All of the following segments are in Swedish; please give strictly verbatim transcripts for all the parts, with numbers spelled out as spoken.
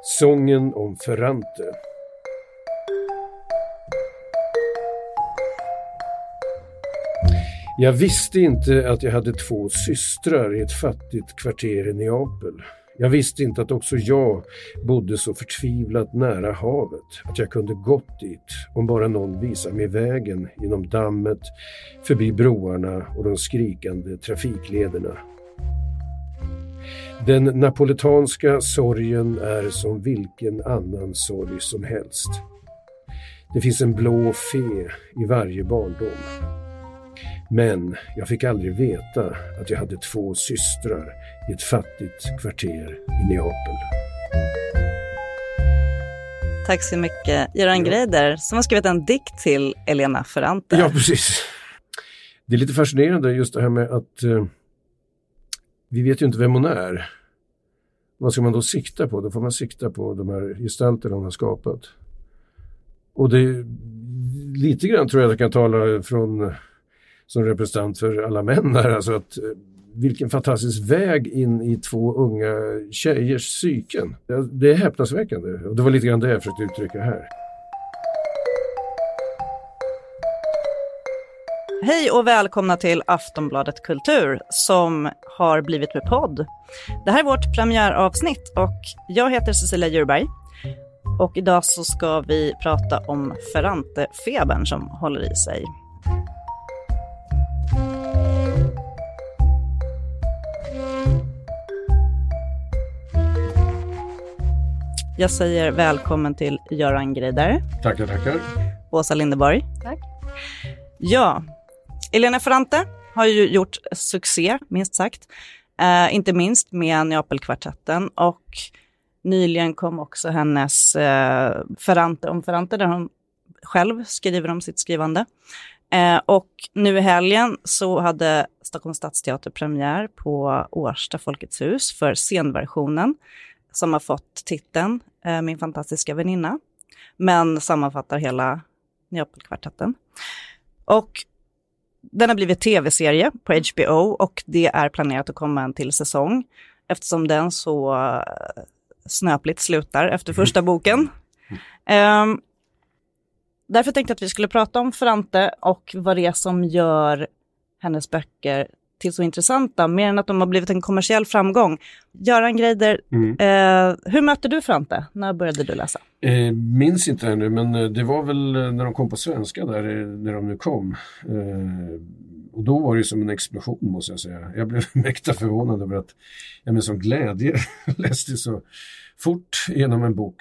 Sången om Ferrante. Jag visste inte att jag hade två systrar i ett fattigt kvarter i Neapel. Jag visste inte att också jag bodde så förtvivlat nära havet att jag kunde gått dit om bara någon visade mig vägen genom dammet, förbi broarna och de skrikande trafiklederna. Den napoletanska sorgen är som vilken annan sorg som helst. Det finns en blå fe i varje barndom. Men jag fick aldrig veta att jag hade två systrar i ett fattigt kvarter i Neapel. Tack så mycket, Göran Greider, som har skrivit en dikt till Elena Ferrante. Ja, precis. Det är lite fascinerande just det här med att eh, vi vet ju inte vem hon är. Vad ska man då sikta på? Då får man sikta på de här gestalterna hon har skapat. Och det lite grann tror jag att jag kan tala från som representant för alla män här. Alltså att vilken fantastisk väg in i två unga tjejers psyken. Det är häpnadsväckande. Och det var lite grann det jag försökte uttrycka här. Hej och välkomna till Aftonbladet Kultur som har blivit med podd. Det här är vårt premiäravsnitt och jag heter Cecilia Djurberg. Och idag så ska vi prata om Ferrante-febern som håller i sig. Jag säger välkommen till Göran Greider. Tackar, tackar. Åsa Lindeborg. Tack. Ja, Elena Ferrante har ju gjort succé, minst sagt. Eh, inte minst med Neapelkvartetten. Och nyligen kom också hennes eh, Ferrante om Ferrante, där hon själv skriver om sitt skrivande. Eh, och nu i helgen så hade Stockholms stadsteater premiär på Årsta Folkets hus för scenversionen. Som har fått titeln eh, Min fantastiska väninna. Men sammanfattar hela Neapelkvartetten. Och den har blivit tv-serie på H B O. Och det är planerat att komma en till säsong. Eftersom den så uh, snöpligt slutar efter första boken. Um, därför tänkte jag att vi skulle prata om Ferrante. Och vad det är som gör hennes böcker till så intressanta, mer än att de har blivit en kommersiell framgång. Göran Greider, mm. eh, hur mötte du Ferrante? När började du läsa? Eh, minns inte ännu, men det var väl när de kom på svenska där, när de nu kom. Eh, och då var det som en explosion, måste jag säga. Jag blev mäkta förvånad över att jag med sån glädje läste så fort genom en bok.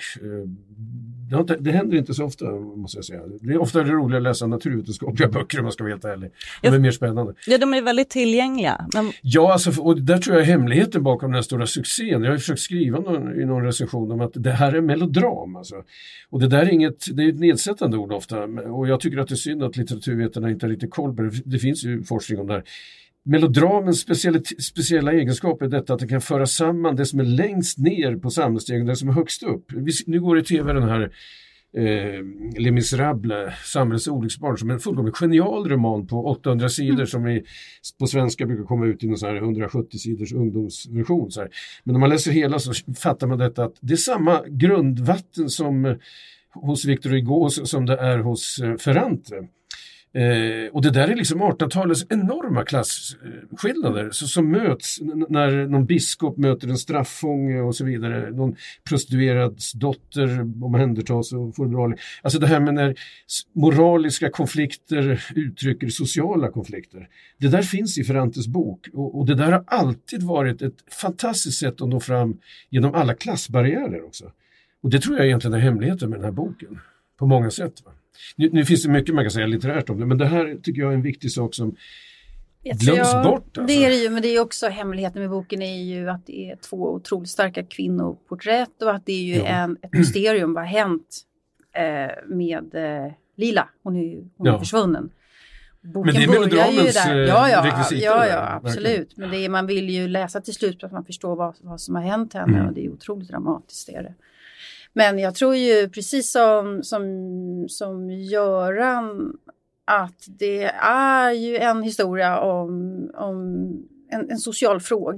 Det, det händer inte så ofta, måste jag säga. Det är ofta det roliga att läsa naturvetenskapliga böcker, om man ska vara helt ärlig. De är mer spännande. Ja, de är väldigt tillgängliga. Men... Ja, alltså, och där tror jag är hemligheten bakom den här stora succén. Jag har försökt skriva någon, i någon recension om att det här är melodram. Alltså. Och det där är inget, det är ett nedsättande ord ofta. Och jag tycker att det är synd att litteraturvetarna inte har lite koll på det. Det finns ju forskning om det här. Melodramens speciella, speciella egenskap är detta att det kan föra samman det som är längst ner på samhällsstegen och det som är högst upp. Vi, nu går det i tv den här eh, Les Misérables, Samhällets olycksbarn, som är en fullkomligt genial roman på åttahundra sidor mm. som vi, på svenska brukar komma ut i någon så här hundrasjuttio sidors ungdomsversion. Så här. Men när man läser hela så fattar man detta att det är samma grundvatten som hos Victor Hugo som det är hos eh, Ferrante. Eh, och det där är liksom artonhundratalets enorma klasskillnader så, som möts n- när någon biskop möter en straffånge och så vidare, någon prostituerads dotter omhändertas och får moral. Alltså det här med när moraliska konflikter uttrycker sociala konflikter. Det där finns i Ferrantes bok och, och det där har alltid varit ett fantastiskt sätt att nå fram genom alla klassbarriärer också. Och det tror jag egentligen är hemligheten med den här boken på många sätt, va? Nu, nu finns det mycket man kan säga litterärt om det, men det här tycker jag är en viktig sak som glöms jag, bort. Alltså. Det är det ju, men det är också hemligheten med boken är ju att det är två otroligt starka kvinnoporträtt och att det är ju ja. en, ett mysterium. Vad har hänt eh, med eh, Lila? Hon är ju hon är ja. försvunnen. Boken men det är melodramens där. Ja, ja, rekvisiter. Ja, ja, absolut. Men det är, man vill ju läsa till slut för att man förstår vad, vad som har hänt henne mm. och det är otroligt dramatiskt. Det är det. Men jag tror ju precis som, som, som Göran att det är ju en historia om, om en, en social fråga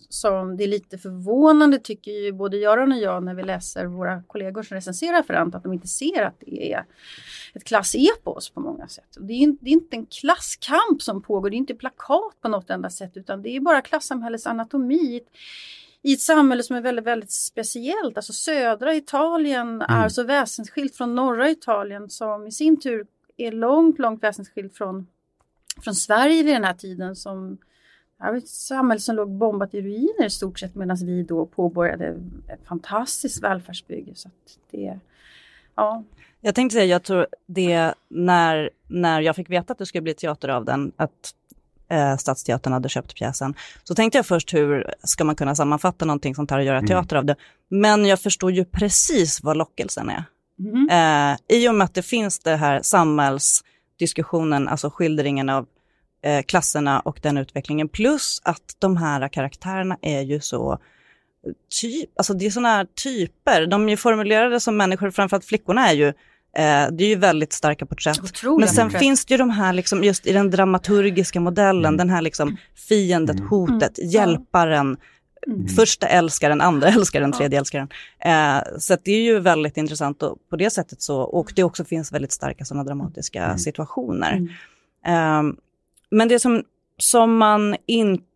som det är lite förvånande tycker ju både Göran och jag när vi läser våra kollegor som recenserar Ferrante att de inte ser att det är ett klassepos på många sätt. Det är, det är inte en klasskamp som pågår, det är inte plakat på något enda sätt utan det är bara klassamhällets anatomi i ett samhälle som är väldigt, väldigt speciellt. Alltså södra Italien mm. är så väsensskilt från norra Italien som i sin tur är långt, långt väsensskilt från, från Sverige vid den här tiden som ja, ett samhälle som låg bombat i ruiner i stort sett medan vi då påbörjade ett fantastiskt välfärdsbygge. Så att det, ja. Jag tänkte säga, jag tror det när, när jag fick veta att det skulle bli teater av den, att eh, Stadsteatern hade köpt pjäsen, så tänkte jag först hur ska man kunna sammanfatta någonting sånt här och göra teater mm. av det. Men jag förstår ju precis vad lockelsen är. Mm. Eh, I och med att det finns det här samhällsdiskussionen, alltså skildringen av eh, klasserna och den utvecklingen, plus att de här karaktärerna är ju så typ, alltså det är såna här typer, de är ju formulerade som människor, framförallt flickorna är ju eh, det är ju väldigt starka porträtt. Otroligt. Men sen finns det ju de här liksom, just i den dramaturgiska modellen, mm. den här liksom fiendet, mm. hotet, mm. hjälparen, mm. första älskaren, andra älskaren, tredje älskaren. Eh, så att det är ju väldigt intressant och på det sättet så, och det också finns väldigt starka sådana dramatiska mm. situationer. Mm. Eh, men det som, som man inte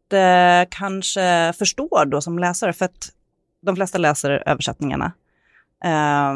kanske förstår då som läsare, för att de flesta läser översättningarna. Eh,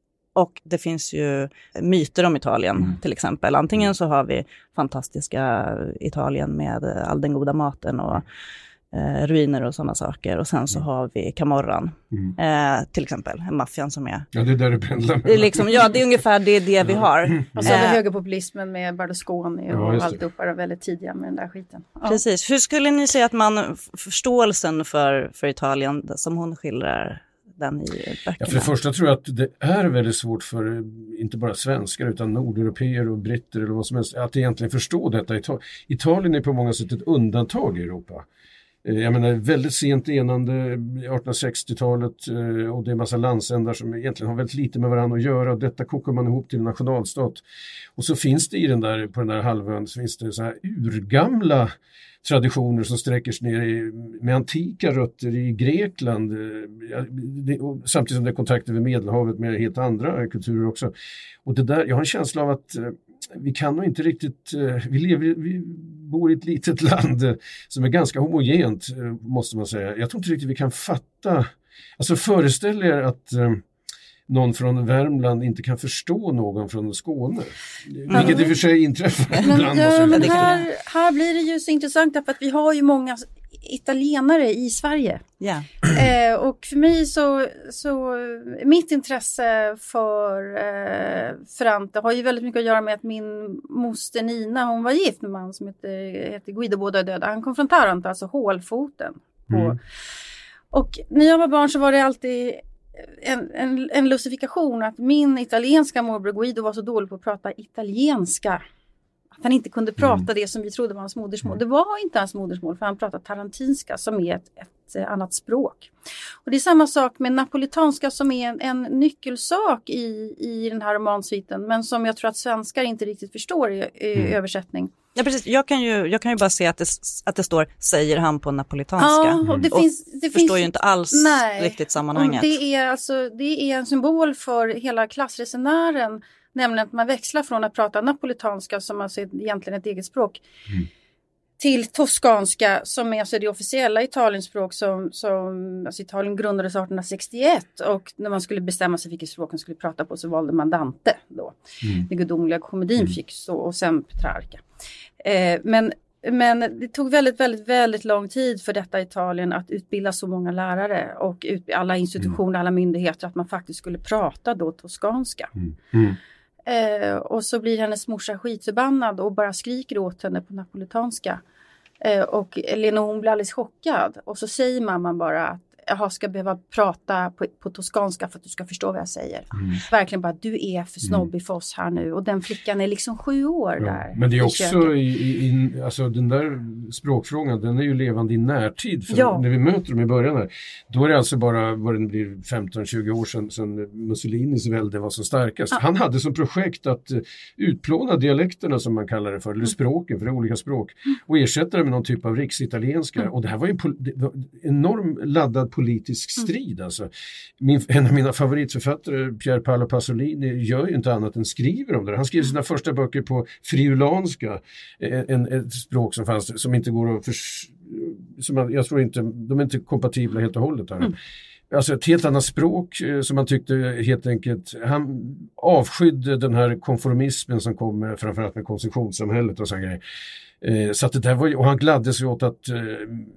och det finns ju myter om Italien mm. till exempel. Antingen så har vi fantastiska Italien med all den goda maten och eh, ruiner och sådana saker. Och sen så har vi Camorran mm. eh, till exempel, maffian som är... Ja, det är där det pendlar med. Det är liksom, ja, det är ungefär det, det vi har. Mm. Och så har vi högerpopulismen med Berlusconi och ja, alltihopa är väldigt tidiga med den där skiten. Ja. Precis. Hur skulle ni säga att man, förståelsen för, för Italien som hon skildrar den i böckerna? Ja, för det första tror jag att det är väldigt svårt för inte bara svenskar utan nordeuropeer och britter eller vad som helst att egentligen förstå detta. Italien är på många sätt ett undantag i Europa. Jag menar väldigt sent enande artonhundrasextiotalet och det är en massa landsändar som egentligen har väldigt lite med varandra att göra och detta kokar man ihop till en nationalstat. Och så finns det i den där, på den där halvön så finns det så här urgamla traditioner som sträcker sig ner i, med antika rötter i Grekland det, och samtidigt som det är kontakter med Medelhavet med helt andra kulturer också. Och det där, jag har en känsla av att vi kan nog inte riktigt, vi lever, vi bor i ett litet land som är ganska homogent måste man säga. Jag tror inte riktigt vi kan fatta, alltså föreställ er att någon från Värmland inte kan förstå någon från Skåne. Mm. Vilket i och för sig inträffar ibland. Ja, men här, här blir det ju så intressant därför att vi har ju många italienare i Sverige. Yeah. Eh, och för mig så, så mitt intresse för eh, Ferrante har ju väldigt mycket att göra med att min moster Nina, hon var gift med en man som heter, heter Guido, båda är döda. Han kom från Taranto, alltså hålfoten. Mm. Och när jag var barn så var det alltid En, en, en lustifikation att min italienska morbror Guido var så dålig på att prata italienska att han inte kunde prata mm. det som vi trodde var hans modersmål. Mm. Det var inte hans modersmål för han pratade tarantinska som är ett, ett annat språk. Och det är samma sak med napolitanska som är en, en nyckelsak i, i den här romansviten men som jag tror att svenskar inte riktigt förstår i, i mm. översättning. Ja, precis. Jag kan ju, jag kan ju bara se att det, att det står säger han på napolitanska. Ja, och det och finns, det förstår finns, ju inte alls nej, riktigt sammanhanget. Det är, alltså, det är en symbol för hela klassresenären, nämligen att man växlar från att prata napolitanska som alltså är egentligen ett eget språk mm. till toskanska som är alltså det officiella Italienspråk som, som alltså Italien grundades artonhundrasextioett och när man skulle bestämma sig vilket språk man skulle prata på så valde man Dante då. Mm. Den gudomliga komedin mm. fick så och sen Petrarca. Eh, men, men det tog väldigt, väldigt, väldigt lång tid för detta Italien att utbilda så många lärare och ut, alla institutioner, mm. alla myndigheter att man faktiskt skulle prata då toskanska. Mm. Mm. Eh, och så blir hennes morsa skitförbannad och bara skriker åt henne på napolitanska. Eh, och Lena hon blir alldeles chockad. Och så säger mamman bara att jag ska behöva prata på, på toskanska för att du ska förstå vad jag säger. Mm. Verkligen bara, du är för snobbig för oss här nu. Och den flickan är liksom sju år ja. där. Men det är också i, i, i, alltså den där språkfrågan, den är ju levande i närtid. För ja. När vi möter dem i början här, då är det alltså bara vad det blir femton tjugo år sedan, sedan Mussolinis välde var som starkast. Ja. Han hade som projekt att uh, utplåna dialekterna som man kallar det för, eller språken, för det är olika språk, mm. och ersätta det med någon typ av riksitalienska. Mm. Och det här var ju en pol- enorm laddad politisk strid. Mm. Alltså. Min, en av mina favoritförfattare, Pier Paolo Pasolini, gör ju inte annat än skriver om det. Han skriver sina första böcker på friulanska, en, ett språk som fanns, som inte går att förs- som jag, jag tror inte, de är inte kompatibla helt och hållet här. Mm. Alltså ett helt annat språk eh, som man tyckte helt enkelt, han avskydde den här konformismen som kom med, framförallt med konsumtionssamhället och sån grej. Eh, så att det där var, och han gladde sig åt att eh,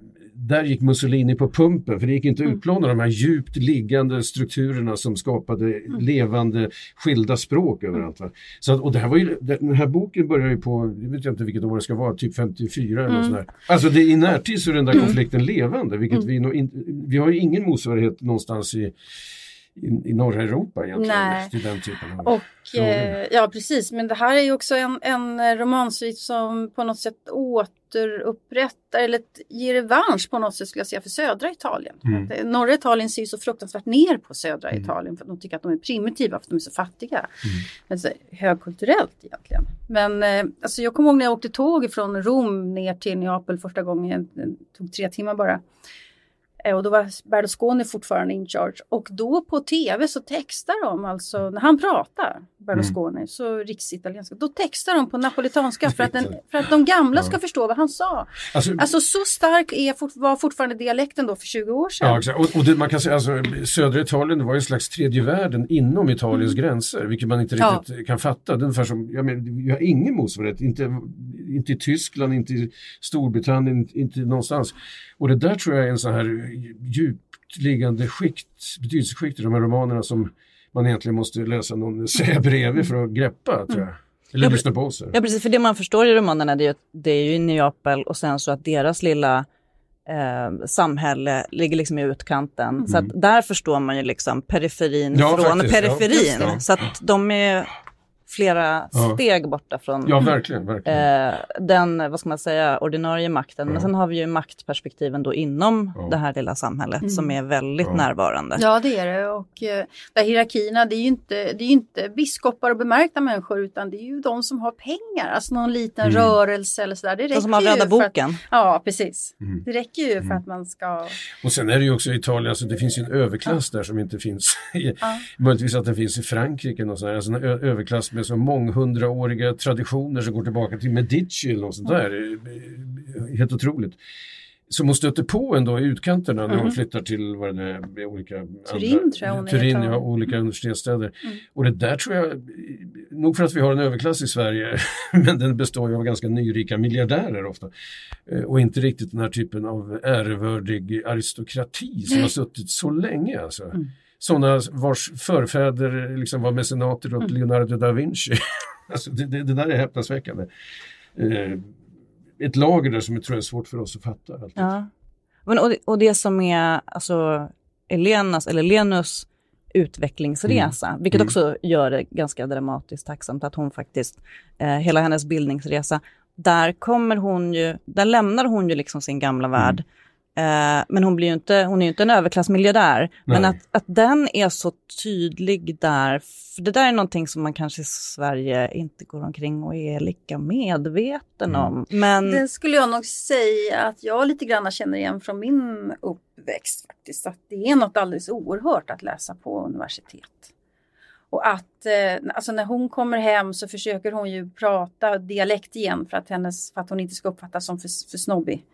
där gick Mussolini på pumpen, för det gick inte att utplåna de här djupt liggande strukturerna som skapade mm. levande skilda språk överallt. Va? Så att, och det här var ju, den här boken börjar ju på, jag vet inte vilket år det ska vara, typ femtiofyra eller mm. sådär. Alltså det, i närtid så är den där konflikten levande, vilket mm. vi nog in, vi har ju ingen motsvarighet någonstans i I, i norra Europa egentligen. Nej. Till den typen av och, eh, ja, precis. Men det här är ju också en, en romansvit som på något sätt återupprättar eller ger revansch på något sätt, skulle jag säga, för södra Italien. Mm. Det, norra Italien ser ju så fruktansvärt ner på södra mm. Italien för att de tycker att de är primitiva, för att de är så fattiga. Mm. Alltså, högkulturellt egentligen. Men eh, alltså, jag kommer ihåg när jag åkte tåg från Rom ner till Neapel första gången. Det tog tre timmar bara. Och då var Berlusconi fortfarande in charge. Och då på tv så textar de, alltså när han pratar, Berlusconi, mm. så riksitalienska, då textar de på napolitanska för att, den, för att de gamla ja. ska förstå vad han sa. Alltså, alltså så stark är fort, var fortfarande dialekten då för tjugo år sedan. Ja, exakt. Och, och det, man kan säga, alltså södra Italien var ju en slags tredje världen inom Italiens mm. gränser, vilket man inte riktigt ja. kan fatta. Det är ungefär som, jag menar, vi har ingen motsvarighet, inte, inte i Tyskland, inte i Storbritannien, inte, inte någonstans. Och det där tror jag är en sån här djupt liggande skikt, betydelseskikt i de här romanerna som man egentligen måste läsa någon säga bredvid för att greppa, tror jag. Eller ja, lyssna på oss. Ja, precis. För det man förstår i romanerna, det är ju, det är ju i Neapel och sen så att deras lilla eh, samhälle ligger liksom i utkanten. Mm. Så att där förstår man ju liksom periferin ja, från faktiskt, periferin. Ja. Så att de är flera ja. steg borta från ja, verkligen, verkligen. Eh, den, vad ska man säga, ordinarie makten. Ja. Men sen har vi ju maktperspektiven då inom ja. det här lilla samhället mm. som är väldigt ja. närvarande. Ja, det är det. Och eh, där hierarkierna, det är ju inte, det är ju inte biskopar och bemärkta människor, utan det är ju de som har pengar. Alltså någon liten mm. rörelse eller sådär. Det räcker de som har röda boken. Att, ja, precis. Mm. Det räcker ju för mm. att man ska... Och sen är det ju också i Italien, alltså det finns ju en överklass ja. där som inte finns. I, ja. Möjligtvis att det finns i Frankrike och sådär. Alltså en ö- överklass med så månghundraåriga traditioner som går tillbaka till Medici eller något sånt där. Helt otroligt. Som hon stöter på ändå i utkanterna när hon mm. flyttar till vad det är, olika Turin, andra, tror jag hon Turin, ja, olika universitetsstäder. Mm. Och det där tror jag, nog för att vi har en överklass i Sverige, men den består ju av ganska nyrika miljardärer ofta. Och inte riktigt den här typen av ärevördig aristokrati som har suttit så länge alltså. Mm. Sådana vars förfäder liksom var mecenater åt mm. Leonardo da Vinci. Alltså det, det, det där är häpnadsväckande. Eh, ett lager där som jag tror är svårt för oss att fatta. Alltid. Ja. Men, och, det, och det som är alltså Elenas eller Lenus utvecklingsresa, mm. vilket mm. också gör det ganska dramatiskt tacksamt att hon faktiskt, eh, hela hennes bildningsresa, där kommer hon ju, där lämnar hon ju liksom sin gamla mm. värld. Uh, men hon blir ju inte, hon är ju inte en överklassmiljardär. Nej. Men att, att den är så tydlig där, för det där är någonting som man kanske i Sverige inte går omkring och är lika medveten mm. om. Men det skulle jag nog säga att jag lite grann känner igen från min uppväxt faktiskt, att det är något alldeles oerhört att läsa på universitet. Och att eh, alltså när hon kommer hem så försöker hon ju prata dialekt igen för att, hennes, för att hon inte ska uppfattas som för, för snobbig.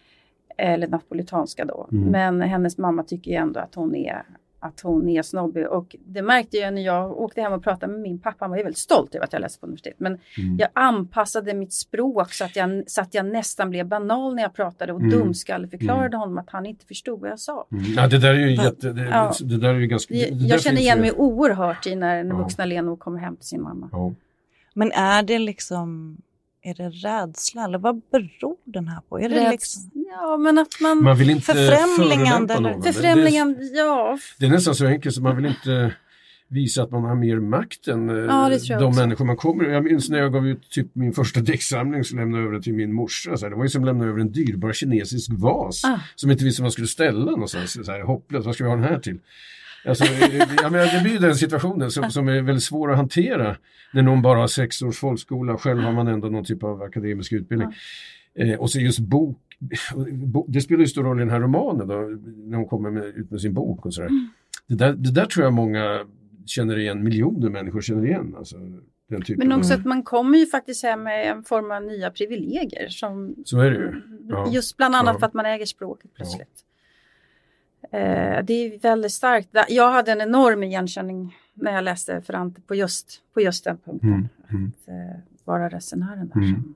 Eller napolitanska då. Mm. Men hennes mamma tycker ju ändå att hon är att hon är snobbig. Och det märkte jag när jag åkte hem och pratade med min pappa. Han var ju väldigt stolt över att jag läste på universitet. Men mm. jag anpassade mitt språk så att, jag, så att jag nästan blev banal när jag pratade. Och mm. dumskalle förklarade mm. honom att han inte förstod vad jag sa. Mm. Ja, det där är ju jätte... Det, ja. det där är ju ganska... Det, det jag känner igen mig oerhört i när den ja. vuxna Leno kommer hem till sin mamma. Ja. Men är det liksom... är det rädsla eller vad beror den här på? Är det Räds- liksom Ja, men att man... Man vill inte Förfrämligande förolämpa eller- någon. Förfrämlingen, Det, ja. det är nästan så enkelt så man vill inte visa att man har mer makt än eh, Ja, det tror jag de också. människor man kommer. Jag minns när jag gav ut typ min första däcksamling så lämnade jag över den till min morsa. Så här, det var ju som att lämna över en dyrbar kinesisk vas Ah. som inte visste vad man skulle ställa någonstans. Så här, hopplöst, vad ska vi ha den här till? Alltså, jag menar, det blir ju den situationen som, som är väldigt svår att hantera när någon bara har sex års folkskola. Själv har man ändå någon typ av akademisk utbildning. Eh, och så just bok, bo, det spelar ju stor roll i den här romanen då, när hon kommer med, ut med sin bok och sådär. Mm. Det, där, det där tror jag många känner igen, miljoner människor känner igen. Alltså, den typen Men också av... att man kommer ju faktiskt hem med en form av nya privilegier. Som, Så är det ju. Ja. Just bland annat Ja. för att man äger språket plötsligt. Ja. Eh, det är väldigt starkt. Jag hade en enorm igenkänning när jag läste Ferrante på just, på just den punkten. Mm. Mm. Att eh, vara resenären där. Mm.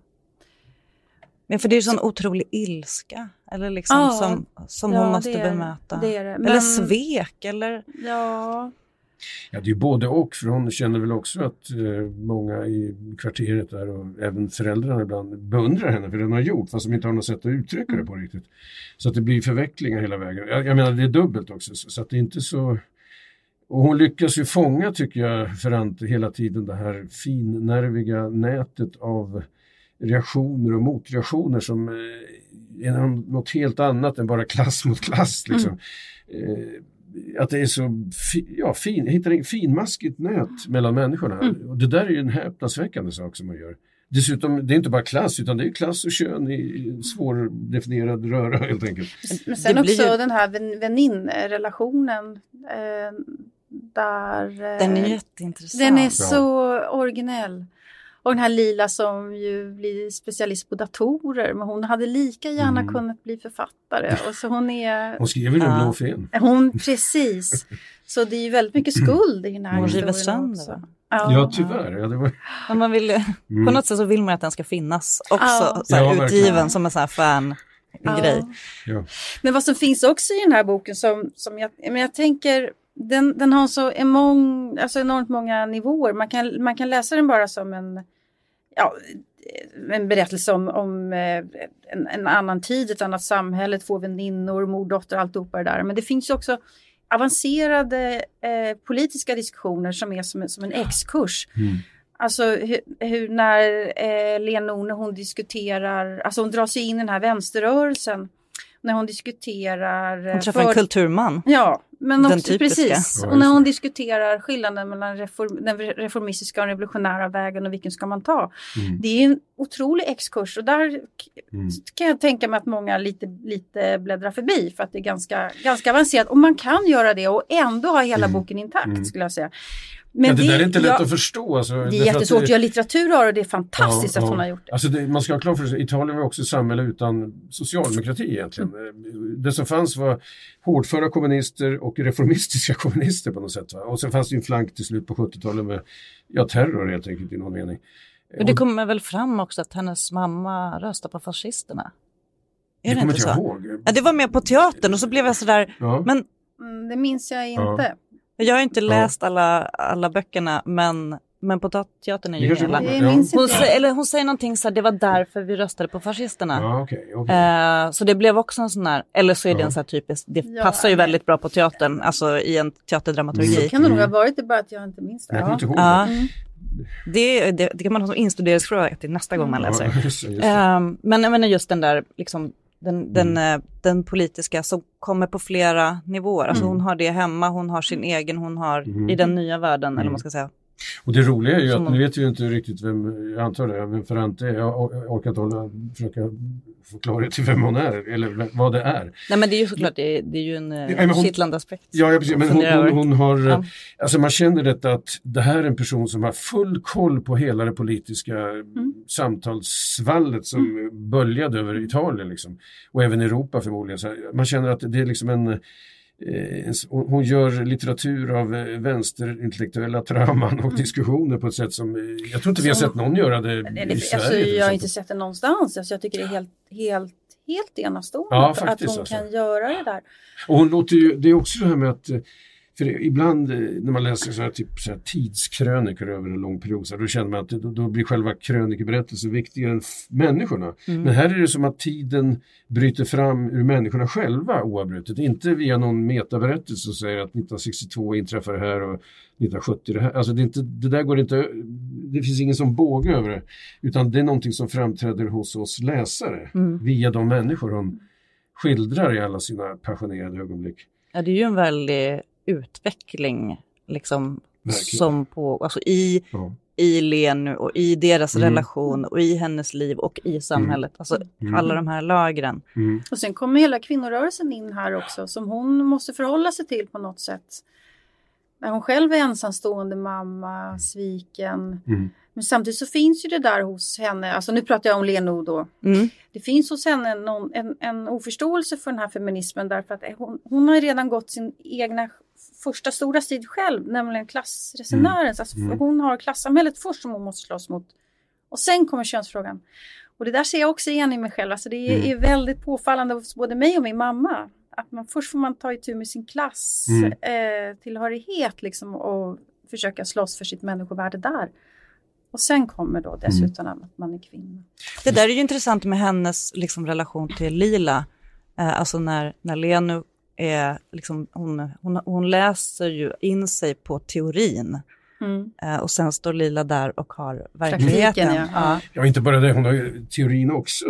Men för det är ju sån otrolig ilska. Eller liksom Ja. som, som Ja, hon måste det är det. bemöta. Det är det. Eller Men- svek. Eller... Ja. Ja, det är ju både och, för hon känner väl också att eh, många i kvarteret där och även föräldrarna ibland beundrar henne för det hon har gjort, fast de inte har något sätt att uttrycka det på riktigt. Så att det blir förvecklingar hela vägen. Jag, jag menar, det är dubbelt också, så, så att det är inte så... Och hon lyckas ju fånga, tycker jag, Ferrante hela tiden det här finnerviga nätet av reaktioner och motreaktioner som eh, är något helt annat än bara klass mot klass liksom. Mm. Eh, att det är så fi, ja, fin, hittar en finmaskigt nät mellan människorna. Mm. Och det där är ju en häpnadsväckande sak som man gör. Dessutom, det är inte bara klass, utan det är klass och kön i svårdefinierad röra helt enkelt. Men sen Det också blir ju- den här vän, väninrelationen eh, där... Eh, Den är jätteintressant. Den är Ja. så originell. Och den här Lila som ju blir specialist på datorer. Men hon hade lika gärna Mm. kunnat bli författare. Och så hon är... Hon skriver ju den Ja. blå fen. Hon, precis. Så det är ju väldigt mycket skuld i den här Hon river historien sönder, också. va? Ja, tyvärr. Ja, det var... Men man vill, Mm. på något sätt så vill man att den ska finnas också. Ja. Så här, Ja, verkligen. utgiven som en sån här fan-grej. Ja. Ja. Men vad som finns också i den här boken som, som jag, men jag tänker, den, den har så emong, alltså enormt många nivåer. Man kan, man kan läsa den bara som en, ja, en berättelse om, om eh, en, en annan tid, ett annat samhälle, två väninnor, mor, dotter, alltihopa det där. Men det finns ju också avancerade eh, politiska diskussioner som är som, som en ex-kurs. Mm. Alltså hur, hur när eh, Lena Orne, hon diskuterar, alltså hon drar sig in i den här vänsterrörelsen när hon diskuterar... eh, Hon träffar en kulturman. Ja, men Den också typiska. precis. Ja, Och när just hon det. diskuterar skillnaden mellan reform, den reformistiska och revolutionära vägen och vilken ska man ta. Mm. Det är en otrolig ex-kurs och där k- Mm. kan jag tänka mig att många lite, lite bläddrar förbi för att det är ganska, ganska avancerat. Och man kan göra det och ändå ha hela Mm. boken intakt Mm. skulle jag säga. Men det, där är inte lätt ja, att förstå. Alltså, det är därför att jättesvårt att göra litteratur av och det är fantastiskt Ja, att ja. hon har gjort det. Alltså det, man ska ha klart för sig, Italien var också ett samhälle utan socialdemokrati egentligen. Mm. Det som fanns var hårdföra kommunister och reformistiska kommunister på något sätt. Va? Och sen fanns det en flank till slut på sjuttiotalet med ja, terror helt enkelt i någon mening. Men det kommer väl fram också att hennes mamma röstar på fascisterna? Är det det, kommer inte inte så? jag ihåg. Ja, det var med på teatern och så blev jag sådär, Ja. men Mm, det minns jag inte. jag har inte Ja. läst alla, alla böckerna, men, men på teatern är Det ju kanske hela. var- Det Ja. minns Hon, inte säger, jag. eller hon säger någonting så här, det var därför vi röstade på fascisterna. Ja, okej. okej. Eh, så det blev också en sån här, eller så är det Ja. en sån här typisk, det Ja, passar ju nej. väldigt bra på teatern, alltså i en teaterdramaturgi. Så kan det nog ha varit, det bara att jag inte minns det. Jag kommer inte ihåg Ja. det. Mm. Det, det, det kan man ha som instuderingsfråga till nästa gång man läser. Ja, just det, just det. Ehm, men jag menar just den där, liksom, den, den, Mm. eh, den politiska som kommer på flera nivåer. Alltså Mm. hon har det hemma, hon har sin egen, hon har Mm. i den nya världen, eller Mm. vad man ska säga. Och det roliga är ju Som att man- nu vet vi ju inte riktigt vem, jag antar det, vem Ferrante är. Jag or- jag orkar inte hålla, försöka få klarhet till vem hon är, eller v- vad det är. Nej men det är ju såklart, det är, det är ju en Ja, men eh, hon- kittlande aspekt. Ja, ja precis. Men hon, Fundera hon, över. hon har, Ja. alltså man känner detta att det här är en person som har full koll på hela det politiska Mm. samtalssvallet som böljade över Italien liksom. Och även Europa förmodligen. Så här, man känner att det är liksom en, eh, en hon hon gör litteratur av eh, vänsterintellektuella trauman och diskussioner på ett sätt som, eh, jag tror inte vi har Som- sett någon göra det Nej, i det, Sverige. alltså, till jag har exempel. inte sett det någonstans. Alltså, jag tycker det är helt, helt, helt enastående Ja, att- att faktiskt, hon alltså. kan göra det där. Och hon låter ju, det är också det här med att eh, För ibland när man läser så här, typ, så här tidskrönikor över en lång period, så här, då känner man att då, då blir själva krönikeberättelsen viktigare än f- människorna. Mm. Men här är det som att tiden bryter fram ur människorna själva oavbrutet. Inte via någon metaberättelse som säger att nittonhundrasextiotvå inträffar det här och nittonhundrasjuttio det här. Alltså det, är inte, det där går inte, det finns ingen som båg över det. Utan det är någonting som framträder hos oss läsare mm. via de människor hon skildrar i alla sina passionerade ögonblick. Ja, det är ju en väldig utveckling liksom som på, alltså i, ja. i Lenu och i deras mm. relation och i hennes liv och i samhället. Mm. Alltså mm. alla de här lagren. Mm. Och sen kommer hela kvinnorörelsen in här också som hon måste förhålla sig till på något sätt. När hon själv är ensamstående mamma, sviken. Mm. Men samtidigt så finns ju det där hos henne, alltså nu pratar jag om Leno då. Mm. Det finns hos henne någon, en, en oförståelse för den här feminismen därför att hon, hon har redan gått sin egna första stora strid själv, nämligen klassresenärens. Mm. Alltså mm. hon har klassamhället först som hon måste slåss mot. Och sen kommer könsfrågan. Och det där ser jag också igen i mig själv. Alltså det är, mm. är väldigt påfallande hos både mig och min mamma. Att man först får man ta itu med sin klass mm. eh, tillhörighet liksom, och försöka slåss för sitt människovärde där. Och sen kommer då dessutom mm. att man är kvinna. Det där är ju intressant med hennes liksom, relation till Lila. Eh, alltså när, när Lenu är, liksom, hon, hon, hon läser ju in sig på teorin. Mm. Eh, och sen står Lila där och har verkligheten. Ja. Ja. ja, inte bara det. Hon har ju teorin också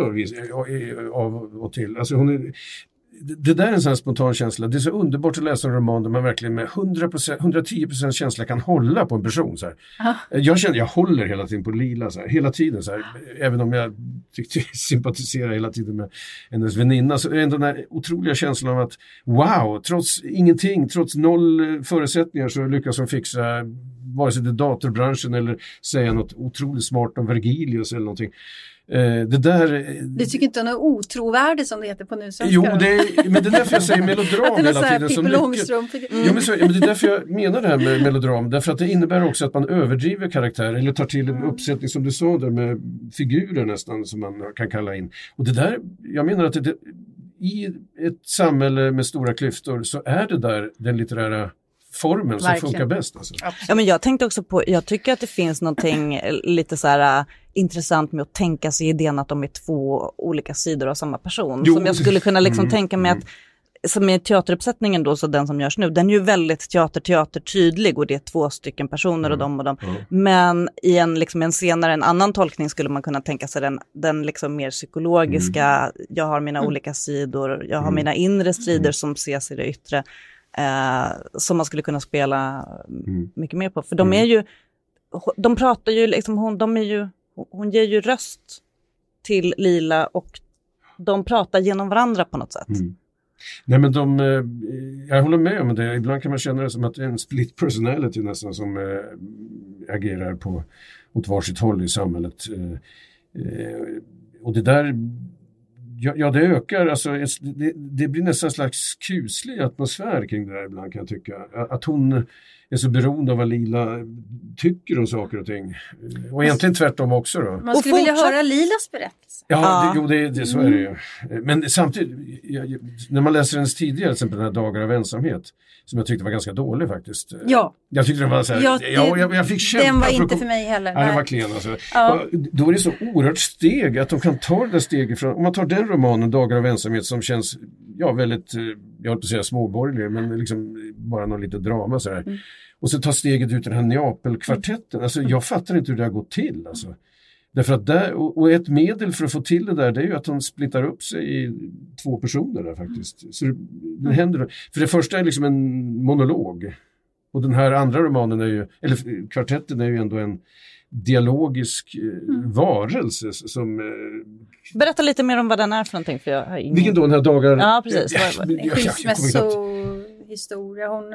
av och till. Alltså hon är... Det där är en sån här spontan känsla. Det är så underbart att läsa en roman där man verkligen med hundra procent, hundratio procent känsla kan hålla på en person. Så här. Jag känner, jag håller hela tiden på Lila. Så här. Hela tiden. Så här. Även om jag tyckte sympatisera hela tiden med hennes väninna. Så är det ändå den här otroliga känslan av att wow, trots ingenting, trots noll förutsättningar så lyckas hon fixa vare sig det datorbranschen eller säga något otroligt smart om Vergilius eller någonting. Det där... Du tycker inte hon är otrovärdig som det heter på nu svenska? Jo, det är, men det är därför jag säger melodram hela tiden. Som mycket... mm. ja, men, så, men det är därför jag menar det här med melodram. Därför att det innebär också att man överdriver karaktär eller tar till en mm. uppsättning som du sa där med figurer nästan som man kan kalla in. Och det där, jag menar att det, det, i ett samhälle med stora klyftor så är det där den litterära formen Verkligen. som funkar bäst. Alltså. Ja, men jag tänkte också på, jag tycker att det finns någonting lite så här uh, intressant med att tänka sig idén att de är två olika sidor av samma person. Jo. Som jag skulle kunna liksom mm. tänka mig att, som i teateruppsättningen då, så den som görs nu, den är ju väldigt teater-teater tydlig och det är två stycken personer mm. och de och de. Mm. Men i en, liksom en senare, en annan tolkning skulle man kunna tänka sig den, den liksom mer psykologiska, mm. jag har mina mm. olika sidor, jag har mm. mina inre strider mm. som ses i det yttre. Eh, som man skulle kunna spela mm. mycket mer på. För de är ju, de pratar ju liksom, hon, de är ju, hon ger ju röst till Lila och de pratar genom varandra på något sätt. Mm. Nej men de, jag håller med om det. Ibland kan man känna det som att det är en split personality nästan som äh, agerar på åt varsitt håll i samhället. Äh, och det där Ja, ja, det ökar. Alltså, det, det blir nästan en slags kuslig atmosfär kring det där ibland kan jag tycka. Att hon är så beroende av vad Lila tycker om saker och ting. Och egentligen tvärtom också då. Man skulle vilja höra Lilas berättelse. Ja, ja. Det, jo, det, det, så är det ju. Men samtidigt, jag, när man läser hennes tidigare, till exempel den här Dagar av ensamhet, som jag tyckte var ganska dålig faktiskt. Ja. Jag tyckte den var så här, ja, det, ja, jag, jag fick kämpa. Den var för inte för mig heller. Ja, den var klen alltså. Ja. Då är det så oerhört steg att de kan ta det där steget från, om man tar den romanen, Dagar av ensamhet, som känns, ja, väldigt, jag håller på att säga småborgerlig, men liksom bara någon lite drama så här. Mm. Och så tar steget ut den här Neapelkvartetten. Alltså jag fattar inte hur det har gått till alltså. Därför att där, och ett medel för att få till det där, det är ju att de splittar upp sig i två personer där faktiskt. Så det, det händer. För det första är liksom en monolog. Och den här andra romanen är ju, eller kvartetten är ju ändå en dialogisk mm. varelse som... Berätta lite mer om vad den är för någonting. För jag har ingen... Vilken då, den här dagar... Ja, precis. En skilsmässohistoria. Hon,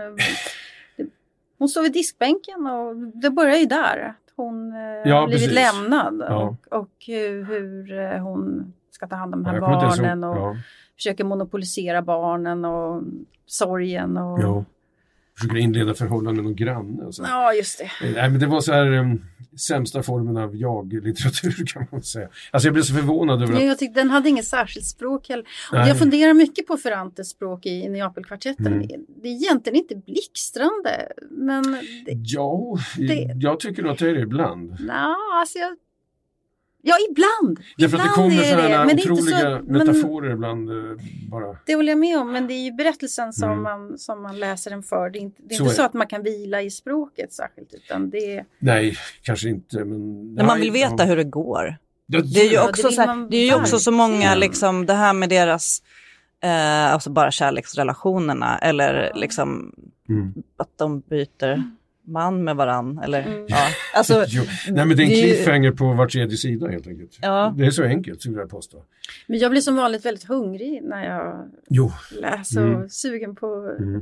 hon står vid diskbänken och det börjar ju där. Hon ja, blivit precis. lämnad ja. och, och hur, hur hon ska ta hand om de här ja, barnen och ja. försöker monopolisera barnen och sorgen. Och... Ja. försöker inleda förhållanden med någon granne. Och så. Ja, just det. Nej, men det var så här um, sämsta formen av jag-litteratur kan man säga. Alltså jag blev så förvånad över att... Ja, jag tyckte den hade inget särskilt språk heller. Och jag funderar mycket på Ferrantes språk i, i Neapelkvartetten. Mm. Det är egentligen inte blixtrande, men... Det, ja, det, jag tycker nog att det är det ibland. Nej, alltså jag... Ja, ibland. Därför ibland att det kommer sådana det, otroliga så, metaforer men, ibland bara. Det håller jag med om, men det är ju berättelsen som, mm. man, som man läser den för. Det är inte, det är så, inte är. så att man kan vila i språket särskilt, utan det... Nej, kanske inte, men... Men man vill veta ja. hur det går. Det, det är ju också, ja, det så här, det är ju också så många, liksom, det här med deras, eh, alltså bara kärleksrelationerna, eller liksom mm. att de byter... man med varann eller mm. ja alltså jo, nej men det är en cliffhanger på var tredje sida helt enkelt. Ja. Det är så enkelt skulle jag påstå. Men jag blir som vanligt väldigt hungrig när jag jo. läser och mm. sugen på mm.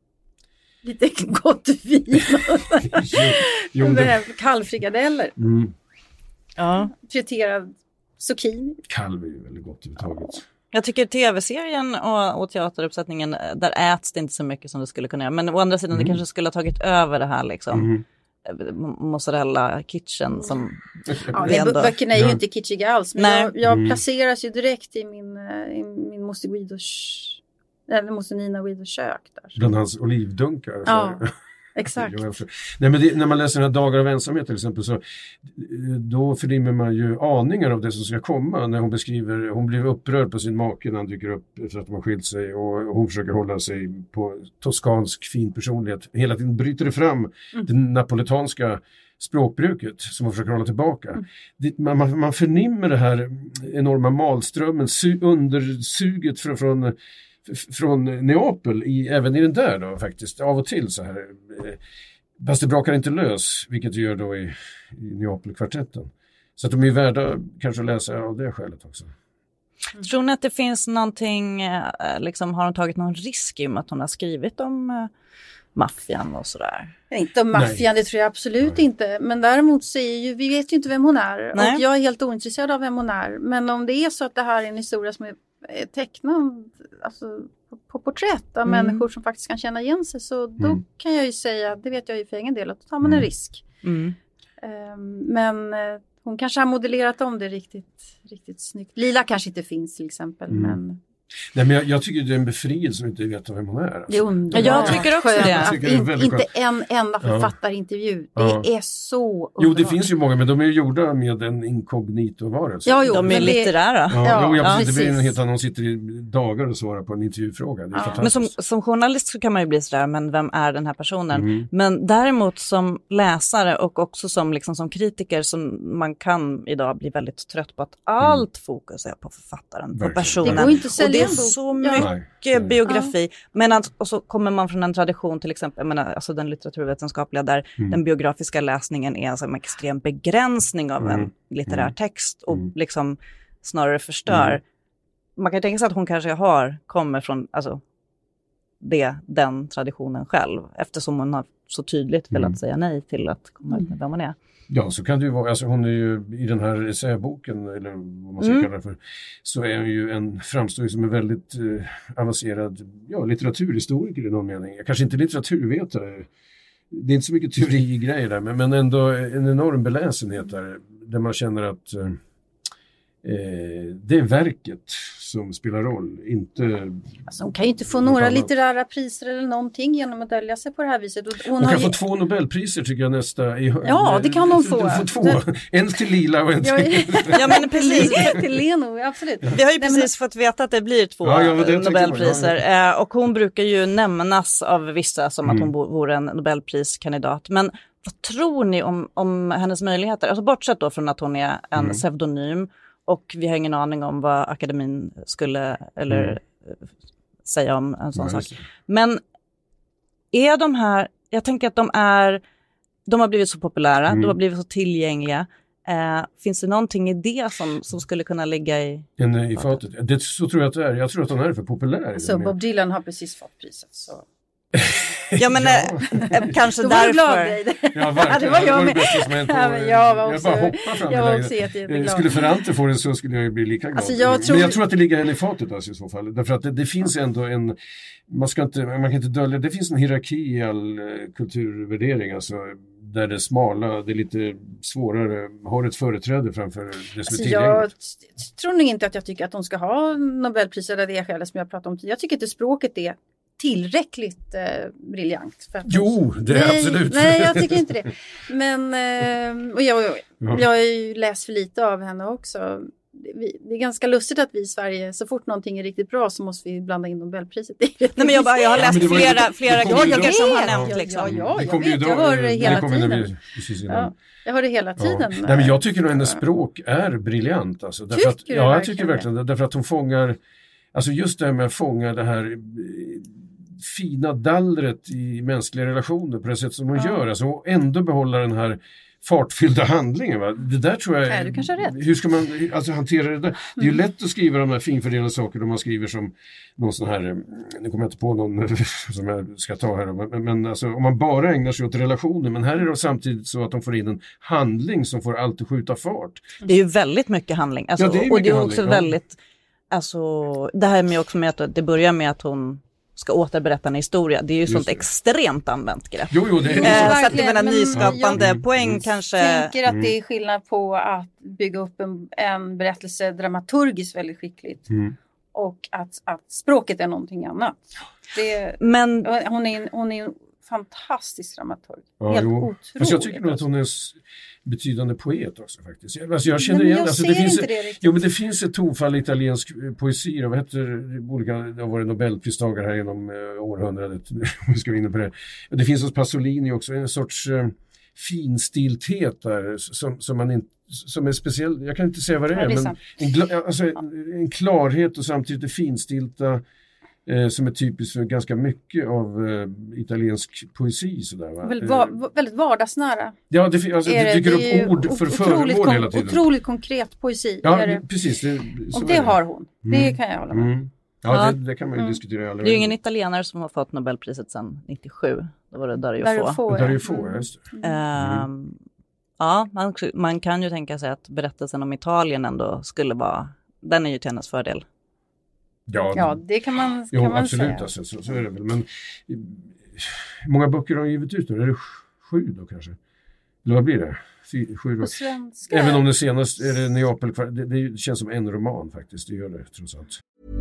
lite gott vin. jo, jo, det... Kallfrikadeller. Mm. Ja, friterad zucchini. Kalv är ju väldigt gott överhuvudtaget. Ja. Jag tycker tv-serien och, och teateruppsättningen, där äts det inte så mycket som det skulle kunna göra. Men å andra sidan, mm. det kanske skulle ha tagit över det här liksom. Mm. Mozzarella kitchen som... Ja, det ändå... Böckerna är ju ja. inte kitschiga alls. Men Nej. jag, jag mm. placeras ju direkt i min, i min Moster Guidos... Eller Moster Nina Guidos kök där. Bland hans olivdunkar. Ja. Exakt. Nej, men det, när man läser den här Dagar av ensamhet till exempel, så då förnimmer man ju aningar av det som ska komma när hon beskriver, hon blir upprörd på sin make när han dyker upp för att de har skilt sig, och hon försöker hålla sig på toskansk fin personlighet. Hela tiden bryter det fram mm. det napoletanska språkbruket som hon försöker hålla tillbaka. Mm. Det, man, man förnimmer det här enorma malströmmen, su, undersuget från, från från Neapel, i, även i den där då faktiskt, av och till så här. Fast det brakar inte lös, vilket det gör då i, i Neapelkvartetten. Så att de är värda kanske att läsa av det skälet också. Mm. Tror ni att det finns någonting, liksom, har hon tagit någon risk i och med att hon har skrivit om uh, maffian och sådär? Inte om maffian, det tror jag absolut Nej. inte. Men däremot så är ju, vi vet ju inte vem hon är. Nej. Och jag är helt ointresserad av vem hon är. Men om det är så att det här är en historia som är tecknad alltså, på, på porträtt av mm. människor som faktiskt kan känna igen sig, så då mm. kan jag ju säga, det vet jag ju för egen del, att då tar man en risk. Mm. Um, men uh, hon kanske har modellerat om det riktigt, riktigt snyggt. Lila kanske inte finns till exempel, mm. men... Nej, men jag, jag tycker det är en befrielse som inte vet vem hon är. Alltså. Det är underbart. Jag tycker också det. Jag tycker In, det är inte en enda författarintervju. Ja. Det är så underbart. Jo, det finns ju många, men de är ju gjorda med en inkognito-varelse. Ja, jo, de är litterära. Ja, ja, jo, ja, precis. Det blir en helt annan, de sitter i dagar och svarar på en intervjufråga. Det är ja. Men som, som journalist så kan man ju bli sådär, men vem är den här personen? Mm. Men däremot som läsare och också som, liksom, som kritiker, som man kan idag bli väldigt trött på att allt mm. fokus är på författaren, Verkligen. på personen. Det går inte att sälja och det är en bok. så mycket Nej. biografi. Ja. Men att, och så kommer man från en tradition, till exempel, jag menar, alltså den litteraturvetenskapliga, där mm. den biografiska läsningen är alltså en extrem begränsning av mm. en litterär mm. text och mm. liksom snarare förstör. Mm. Man kan tänka sig att hon kanske har, kommer från alltså, det, den traditionen själv, eftersom hon har så tydligt velat mm. säga nej till att komma ut med vem hon är. Ja, så kan det ju vara. Alltså hon är ju i den här essäboken, eller vad man ska mm. kalla det för, så är hon ju en framstår som en väldigt eh, avancerad ja, litteraturhistoriker i någon mening. Kanske inte litteraturvetare. Det är inte så mycket teorigrejer där, men, men ändå en enorm beläsenhet där, där man känner att eh, det är verket som spelar roll, inte... Alltså hon kan ju inte få några annat. litterära priser eller någonting genom att dölja sig på det här viset. Hon, hon har kan ju... få två Nobelpriser tycker jag nästa... I... Ja, det kan hon få. Du får två. En till Lila och en till... ja, men precis. till Leno, absolut. Vi har ju precis Nej, men... fått veta att det blir två ja, ja, det Nobelpriser. Ja, ja. Och hon brukar ju nämnas av vissa som mm. att hon vore en Nobelpriskandidat. Men vad tror ni om, om hennes möjligheter? Alltså bortsett då från att hon är en mm. pseudonym. Och vi har ingen aning om vad akademin skulle eller mm. säga om en sån sak. Men är de här, jag tänker att de är, de har blivit så populära, mm. de har blivit så tillgängliga. Eh, finns det någonting i det som, som skulle kunna ligga i... En, i fatet? Det, så tror jag att det är. Jag tror att de är för populär. Så Bob Dylan har precis fått priset. Så. Ja, men Ja. eh, kanske Då var du glad, därför. Reidar. Ja, verkligen. det var jag det med. det bästa som hänt på- Ja, men jag var också- jag bara hoppar fram jag i var läget. också jätte- Eh, jätteglad. Skulle Ferrante få det så skulle jag ju bli lika glad. Alltså, jag tror- Men jag tror att det ligger henne i fatet alltså, i så fall. Därför att det, det finns ändå en... Man, ska inte, man kan inte dölja... Det finns en hierarki i all eh, kulturvärdering. Alltså, där det smala, det är lite svårare, har ett företräde framför det som är Alltså tillgängligt. jag t- tror nog inte att jag tycker att de ska ha Nobelpriset av det skälet som jag pratade om tidigare. Jag tycker inte språket är tillräckligt eh, briljant. För att Jo, det är nej, absolut. Nej, jag tycker inte det. Men eh, och jag, Ja. jag har ju läst för lite av henne också. Vi, det är ganska lustigt att vi i Sverige, så fort någonting är riktigt bra så måste vi blanda in Nobelpriset. Nej, men jag, bara, jag har Ja, men läst det var ju- flera, det flera kom ju kritiker då- som har Ja, nämnt ja, liksom. ja, Det jag kommer ju vet, då- jag hör det hela kommer när vi- tiden. precis innan. Ja, jag hör det hela Ja. tiden. Nej, men jag tycker nog hennes språk är briljant. Alltså, därför att, Tycker du ja, jag verkligen tycker verkligen det. Därför att hon fångar, alltså just det här med att fånga det här eh, fina dallret i mänskliga relationer på det sätt som hon Ja. gör. Alltså, och ändå behålla den här fartfyllda handlingen. Va? Det där tror jag... Nej, du kanske har rätt. Hur ska man alltså, hantera det där? Det är ju Mm. lätt att skriva de här finfördelade sakerna man skriver som någon sån här... eh, Nu kommer jag inte på någon som jag ska ta här. Men, men alltså, om man bara ägnar sig åt relationer. Men här är det samtidigt så att de får in en handling som får allt att skjuta fart. Det är ju väldigt mycket handling. Alltså, Ja, det är och det mycket är också handling, ja. väldigt, alltså, det här med också med att det börjar med att hon ska återberätta en historia. Det är ju Just sånt det. extremt använt grepp. Jo, jo, det är Jo, det. Eh, så. så att jag verkligen, menar men nyskapande jag- poäng Mm. kanske. tänker att Mm. det är skillnad på att bygga upp en, en berättelse dramaturgiskt väldigt skickligt Mm. och att, att språket är någonting annat. Det, Men hon, är en, hon är en fantastisk dramaturg. Ja, Helt jo. otroligt. Fast jag tycker nog att hon är en s- betydande poet också faktiskt. Jag- Alltså, jag känner Nej, men igen... jag Alltså, ser det finns inte ett, det riktigt. jo, men det finns ett tonfall i italiensk eh, poesi. Vad heter olika... Det har varit Nobelpristagare här genom eh, århundradet. Vi ska in på det. Det finns hos Pasolini också en sorts eh, finstilthet där som, som man inte... Som är speciell, jag kan inte säga vad det är, Ja, det är men sant. en, gla, alltså, en, en klarhet och samtidigt det finstilta eh, som är typiskt för ganska mycket av eh, italiensk poesi. Sådär, va? Väldigt, Eh, va, väldigt vardagsnära. Ja, det, alltså, Är det dyker det är ju upp ord o- för otroligt föremål kon- hela tiden. Otroligt konkret poesi. Ja, är det. precis. Det, så Och är det har hon. Det Mm. kan jag hålla med. Mm. Ja, Ja. Det, det kan man ju Mm. diskutera i alla det är ju ingen vägar. italienare som har fått Nobelpriset sedan nittiosju. Då var det Dario Där Fo. du får, Det där är ju ja. få, Mm. just det. Ehm, ja, man, man kan ju tänka sig att berättelsen om Italien ändå skulle vara, den är ju till hennes fördel. Ja, Ja, det kan man, jo, kan man absolut. säga. Alltså, så, så är det väl. Men eh, hur många böcker har hon givit ut då? Är det sju då kanske? Eller vad blir det? Fy, sju På då? svenska. Även om det senaste är det Neapel, det, det känns som en roman faktiskt. Det gör det trots allt.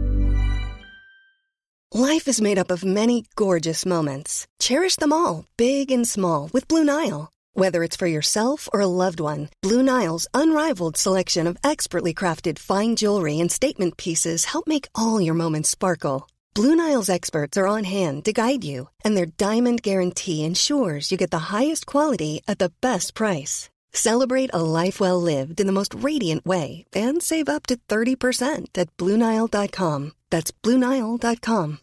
Life is made up of many gorgeous moments. Cherish them all, big and small, with Blue Nile. Whether it's for yourself or a loved one, Blue Nile's unrivaled selection of expertly crafted fine jewelry and statement pieces help make all your moments sparkle. Blue Nile's experts are on hand to guide you, and their diamond guarantee ensures you get the highest quality at the best price. Celebrate a life well lived in the most radiant way and save up to thirty percent at Blue Nile dot com. That's Blue Nile dot com.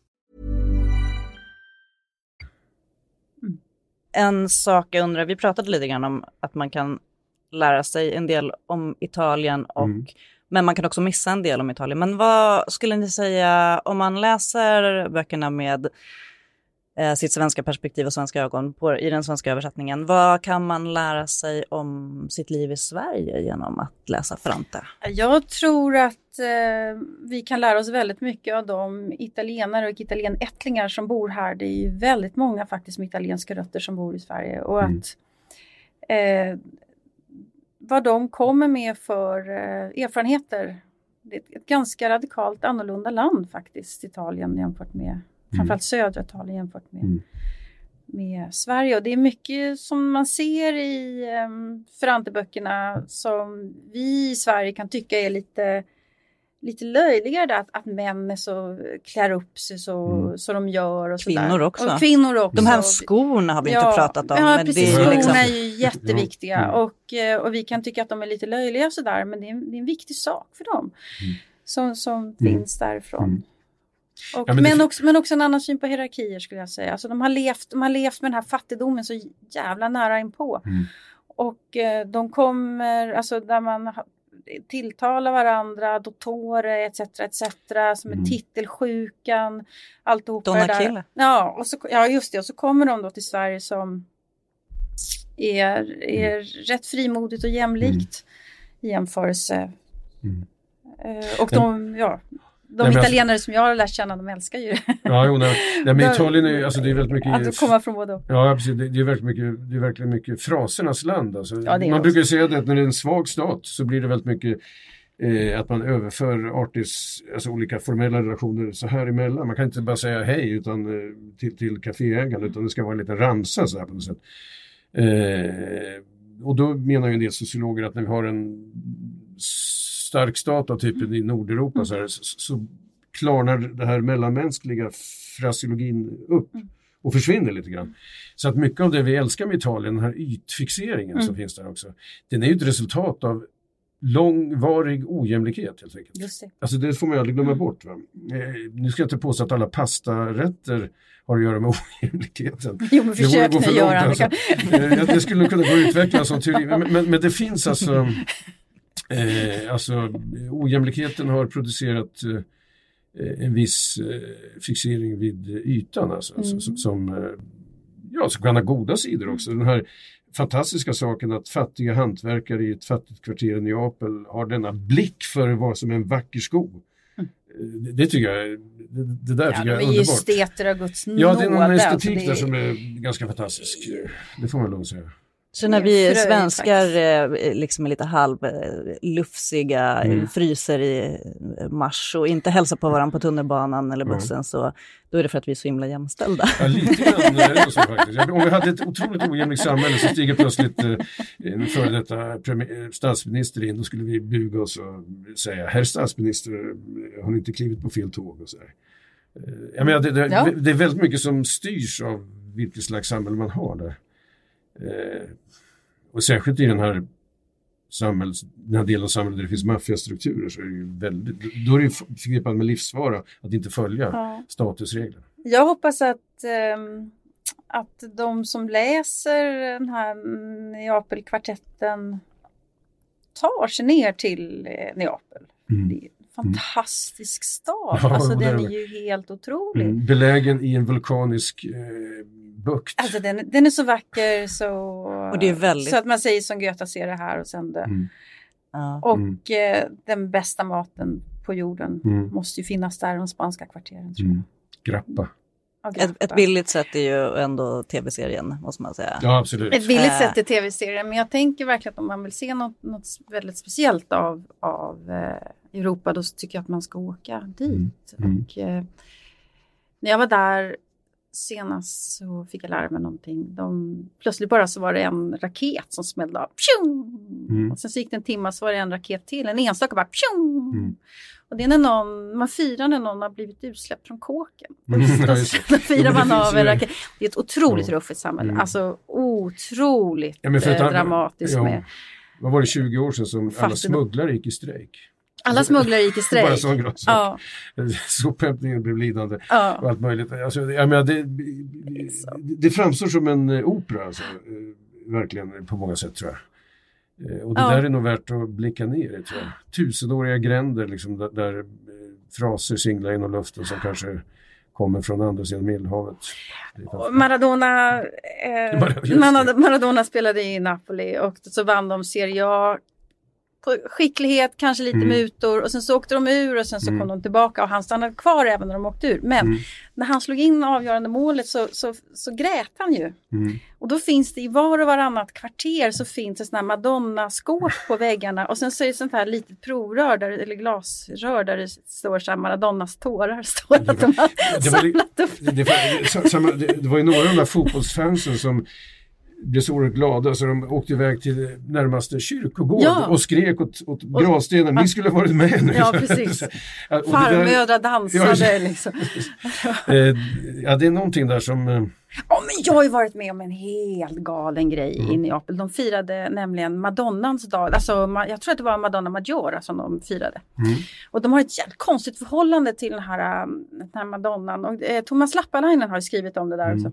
En sak jag undrar, vi pratade lite grann om att man kan lära sig en del om Italien och Mm. men man kan också missa en del om Italien. Men vad skulle ni säga om man läser böckerna med eh, sitt svenska perspektiv och svenska ögon på, i den svenska översättningen? Vad kan man lära sig om sitt liv i Sverige genom att läsa Ferrante? Jag tror att eh, vi kan lära oss väldigt mycket av de italienare och italienättlingar som bor här. Det är ju väldigt många faktiskt med italienska rötter som bor i Sverige. Och Mm. att eh, vad de kommer med för eh, erfarenheter. Det är ett ganska radikalt annorlunda land faktiskt, Italien jämfört med, framförallt södra Italien jämfört med, Mm. med Sverige. Och det är mycket som man ser i um, Ferrante-böckerna som vi i Sverige kan tycka är lite, lite löjligare. Att, att män är så, klär upp sig så, Mm. så de gör. Och Kvinnor sådär. också. Och kvinnor också. De här skorna har vi inte pratat om. Ja, men precis. det är Skorna liksom, är ju jätteviktiga. Mm. Och, eh, och vi kan tycka att de är lite löjliga och sådär. Men det är, en, det är en viktig sak för dem. Mm. Som, som finns därifrån. Mm. Och, Ja, men men, det- också, men också en annan syn på hierarkier skulle jag säga. Alltså de har levt, de har levt med den här fattigdomen så jävla nära inpå. Mm. Och eh, de kommer, alltså där man, ha- tilltalar varandra, dottore et cetera et cetera som Mm. är titelsjukan, alltihopa Donna det där. Kille. Ja, och så, ja, just det. Och så kommer de då till Sverige som är, är Mm. rätt frimodigt och jämlikt i jämförelse. Mm. Eh, och de, ja, de Nej, men italienare som jag har lärt känna, de älskar ju det. Ja, jo, nej, nej, men Italien är, alltså, det är väldigt mycket... Att komma från både och. Ja, precis. Det, det, är väldigt mycket, det är verkligen mycket frasernas land. Alltså. Ja, det är Man också. brukar säga det att när det är en svag stat så blir det väldigt mycket eh, att man överför artis, alltså olika formella relationer så här emellan. Man kan inte bara säga hej utan, eh, till, till kaféägaren, utan det ska vara en liten ramsa så här på något sätt. Eh, och då menar ju en del sociologer att när vi har en stark stat av typen i Nordeuropa så, här, så, så klarnar det här mellanmänskliga fraseologin upp och försvinner lite grann. Så att mycket av det vi älskar med Italien, den här ytfixeringen Mm. som finns där också, den är ju ett resultat av långvarig ojämlikhet helt enkelt. Just det. Alltså det får man ju aldrig glömma bort. Va? Eh, nu ska jag inte påstå att alla pastarätter har att göra med ojämlikheten. Jo, men försök nu göra. Alltså. Eh, det skulle kunna gå att utveckla som teori. Men, men, men det finns alltså, eh, alltså ojämlikheten har producerat eh, en viss eh, fixering vid ytan alltså, Mm. alltså, som, som, eh, ja, som kan ha goda sidor också. Den här fantastiska saken att fattiga hantverkare i ett fattigt kvarter i Neapel har denna blick för vad som är en vacker sko. Mm. Det, det tycker jag, det, det där Ja, tycker de jag är är ju underbart. esteter av Guds nåde. Ja, det är någon alltså, estetik det där är- som är ganska fantastisk. Det får man lugnt säga. Så när Det vi är fröjd svenskar eh, liksom är lite halv eh, lufsiga, Mm. fryser i eh, mars och inte hälsar på varandra på tunnelbanan eller Mm. bussen, så då är det för att vi är så himla jämställda. Ja, lite grann är det så faktiskt. Ja, om vi hade ett otroligt ojämlikt samhälle så stiger plötsligt eh, en före detta premi- statsminister in, då skulle vi buga oss och säga, herr statsminister, har ni inte klivit på fel tåg och så där. Eh, Jag menar, det, det, Ja. det är väldigt mycket som styrs av vilket slags samhälle man har där. Eh, och särskilt i den här samhälls, den här delen av samhället där det finns maffiastrukturer så är det ju väldigt, då är det ju förknippat med livsfara att inte följa Ja. statusregler. Jag hoppas att, ehm, att de som läser den här Neapelkvartetten tar sig ner till eh, Neapel. Mm. Det är en fantastisk stad. Ja, Alltså det är den det. är ju helt otrolig. Mm, belägen i en vulkanisk eh, bukt. Alltså den, den är så vacker så, Och det är väldigt- så att man säger som Goethe, ser det här och sen det. Mm, Ja. Och Mm. eh, den bästa maten på jorden mm, måste ju finnas där i de spanska kvarteren, tror jag. mm. Grappa. Ja, Ett, grappa. ett billigt sätt är ju ändå tv-serien, måste man säga. Ja, absolut. Ett billigt Äh. sätt i tv-serien, men jag tänker verkligen att om man vill se något, något väldigt speciellt av, av eh, Europa, då tycker jag att man ska åka dit. Mm. Och, eh, när jag var där senast så fick jag lära mig någonting. De, plötsligt bara så var det en raket som smällde av. Pjung! Mm. Och sen så gick det en timme så var det en raket till. En enstaka bara. Pjung! Mm. Och det är när någon, man firar när någon har blivit utsläppt från kåken. Mm, Då, ja, just det. då firar Jo, men det man finns av en ju- raket. Det är ett otroligt Ja. ruffigt samhälle. Mm. Alltså otroligt Ja, men för att eh, han- dramatiskt ja. med. Vad var det tjugo år sedan som alla Fattigdom. smugglare gick i strejk? Alla smugglare gick i Bara strejk. sån grej. Ja, Sophämtningen blev lidande ja. och allt möjligt. Alltså, jag menar, det, det framstår som en eh, opera, alltså, eh, verkligen på många sätt tror jag. Eh, Och det Ja. där är nog värt att blicka ner i, tror jag. Tusenåriga gränder liksom, där, där eh, fraser singlar genom luften som kanske kommer från andra sidan Medelhavet. Det är Och fantastiskt. Maradona, eh, Bara- just det. Maradona, Maradona spelade i Napoli och så vann de Serie A på skicklighet, kanske lite Mm. mutor och sen så åkte de ur och sen så Mm. kom de tillbaka och han stannade kvar även när de åkte ur. Men Mm. när han slog in avgörande målet så, så, så grät han ju. Mm. Och då finns det i var och varannat kvarter så finns det sådana här Madonna-skåp på väggarna och sen så är det sånt här litet provrör där, eller glasrör där det står så här Madonnas tårar står Det att de har det var li- samlat upp. Det, det, var- samma, det, det var ju några av de där fotbollsfansen som blev så oerhört glada så de åkte iväg till närmaste kyrkogård Ja. och skrek åt, åt gravstenen, ni skulle ha varit med nu. Ja, precis. Och det där- Farmödrar dansade liksom. eh, ja, det är någonting där som... Eh, Ja, men jag har ju varit med om en helt galen grej Mm. i Neapel. De firade nämligen Madonnans dag. Alltså, ma- jag tror att det var Madonna Maggiore som de firade. mm, Och de har ett jävligt konstigt förhållande till den här, um, den här Madonnan. Och, eh, Thomas Lappalainen har ju skrivit om det där Mm. också.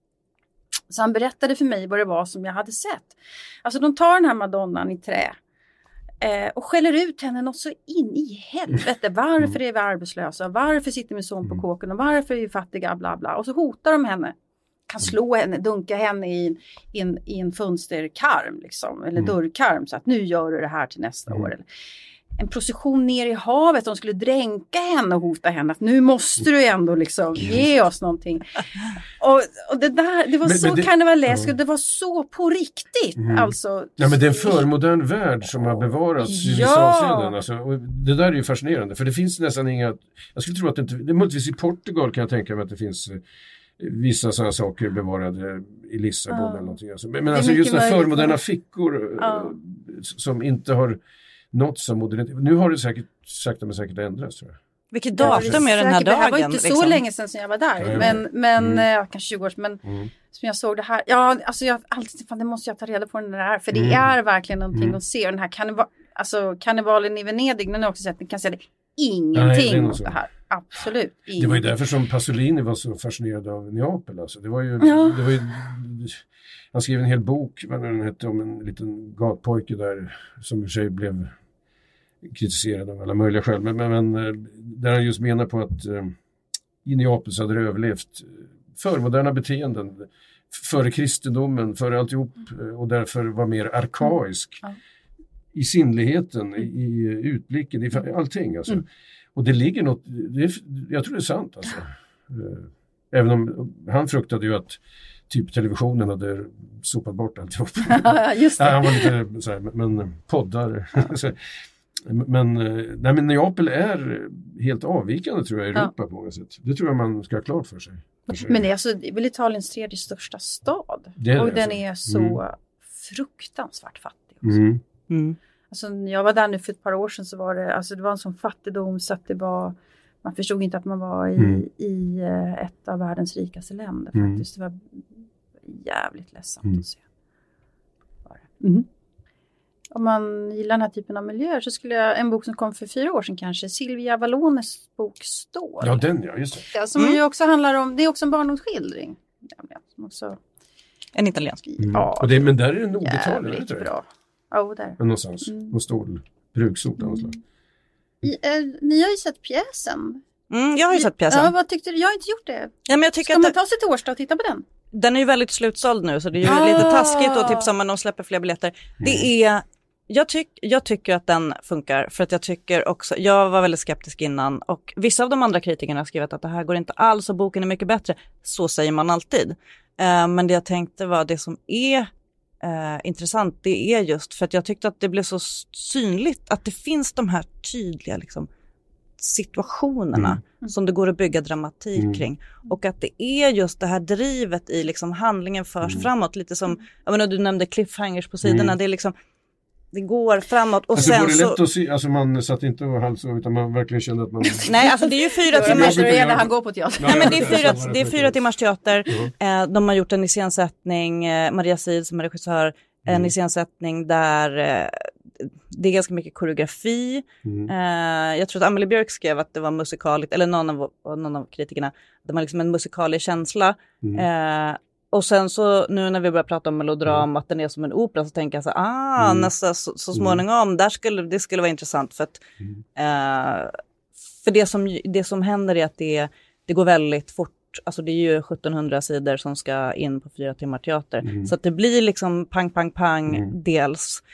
Så han berättade för mig vad det var som jag hade sett. Alltså de tar den här Madonnan i trä. Eh, och skäller ut henne något så in i helvete. Varför är vi arbetslösa? Varför sitter min son på kåken? Och varför är vi fattiga? Bla bla. Och så hotar de henne. Kan slå henne, dunka henne i en, i en, i en fönsterkarm liksom. Eller mm. dörrkarm. Så att nu gör du det här till nästa mm. år. Eller en procession ner i havet. De skulle dränka henne och hota henne. Att nu måste du ändå liksom ge oss någonting. Och, och det där, det var men, så men det, karnevaleskt. Ja. Det var så på riktigt. Mm. Alltså, ja, men det är en förmodern värld som har bevarats i vissa ja. avseenden. Alltså, och det där är ju fascinerande. För det finns nästan inga... Jag skulle tro att det inte... Det är möjligtvis i Portugal kan jag tänka mig att det finns... Vissa sådana saker bevarade i Lissabon ja. eller någonting. Alltså. Men, men alltså just de förmoderna fickor ja. som inte har nått som modernitet. Nu har det säkert sakta men säkert ändrats, tror jag. Vilket datum är den här dagen? Det här var inte liksom. så länge sedan som jag var där. Ja, men, men mm. äh, kanske tjugo år sedan. Men mm. som jag såg det här. Ja, alltså jag alltid, fan, det måste jag ta reda på den där. För det mm. är verkligen någonting mm. att se. Och den här karneval, alltså, karnevalen i Venedig. Den har också sett, ni kan säga det. Ingenting om det, det här. Absolut. Ingenting. Det var ju därför som Pasolini var så fascinerad av Neapel. Alltså. Det var ju... Ja. Det var ju han skrev en hel bok, vad den hette, om en liten gatpojke där som i sig blev kritiserad av alla möjliga skäl. Men, men, men där han just menar på att eh, i Neapel så hade det överlevt förmoderna beteenden före kristendomen, före alltihop, och därför var mer arkaisk mm. i sinnligheten, i, i utblicken, i allting. Alltså. Mm. Och det ligger något, det är, jag tror det är sant. Alltså. Även om han fruktade ju att typ televisionen hade sopat bort alltihop. Just det. Ja, han var lite så här, men poddar. men, nej, men Neapel är helt avvikande, tror jag, i Europa ja. på många sätt. Det tror jag man ska ha klart för sig. För sig. Men det är, alltså, det är väl Italiens tredje största stad. Det är det, och den alltså. är så mm. fruktansvärt fattig också. Mm. Mm. Alltså, när jag var där nu för ett par år sedan så var det, alltså, det var en sån fattigdom så att det var, man förstod inte att man var i, mm. i ett av världens rikaste länder faktiskt. Mm. Det var jävligt ledsamt mm. att se. Mm. Om man gillar den här typen av miljöer så skulle jag, en bok som kom för fyra år sedan kanske, Silvia Vallones bok Stål. Ja, den ja, just det. Ja, som mm. ju också handlar om, det är också en barndomsskildring. Ja, som också, en italiensk. Mm. Ja, och det, men där är det nog Italien, jävligt bra. Ja, oh, där. Men någonstans, mm. någon stål, bruksort mm. någonstans. I, äh, ni har ju sett pjäsen. Mm, jag har ju sett pjäsen. Ja, vad tyckte du? Jag har inte gjort det. Ja, men jag tycker Ska att man det... ta sig till Årsta och titta på den? Den är ju väldigt slutsåld nu, så det är ju ah. lite taskigt att tipsa om att de släpper fler biljetter. Mm. Det är, jag, tyck, jag tycker att den funkar, för att jag tycker också, jag var väldigt skeptisk innan, och vissa av de andra kritikerna har skrivit att det här går inte alls och boken är mycket bättre. Så säger man alltid. Uh, men det jag tänkte var, det som är uh, intressant, det är just för att jag tyckte att det blev så synligt att det finns de här tydliga liksom situationerna mm. som det går att bygga dramatik mm. kring, och att det är just det här drivet i liksom handlingen förs mm. framåt, lite som, jag menar, du nämnde cliffhangers på sidorna, mm. det är liksom, det går framåt och alltså, sen var det lätt så... att se, alltså man satt inte och halsade utan man verkligen kände att man... Nej, alltså det är ju fyra timmars... Det är när han går på teater. Nej, men det är fyra, det är fyra timmars teater. Mm. Eh, de har gjort en iscensättning, eh, Maria Sid som är regissör, en mm. iscensättning där eh, det är ganska mycket koreografi. Mm. Eh, jag tror att Amelie Björk skrev att det var musikaligt, eller någon av, någon av kritikerna, det var liksom en musikalig känsla. Mm. Eh, och sen så nu när vi börjar prata om melodram, mm. att den är som en opera, så tänker jag så ah, mm. nästa så, så småningom, mm. där skulle, det skulle vara intressant för att mm. eh, för det som, det som händer är att det, det går väldigt fort. Alltså det är ju sjuttonhundra sidor som ska in på fyra timmar teater. Mm. Så att det blir liksom pang, pang, pang mm. dels.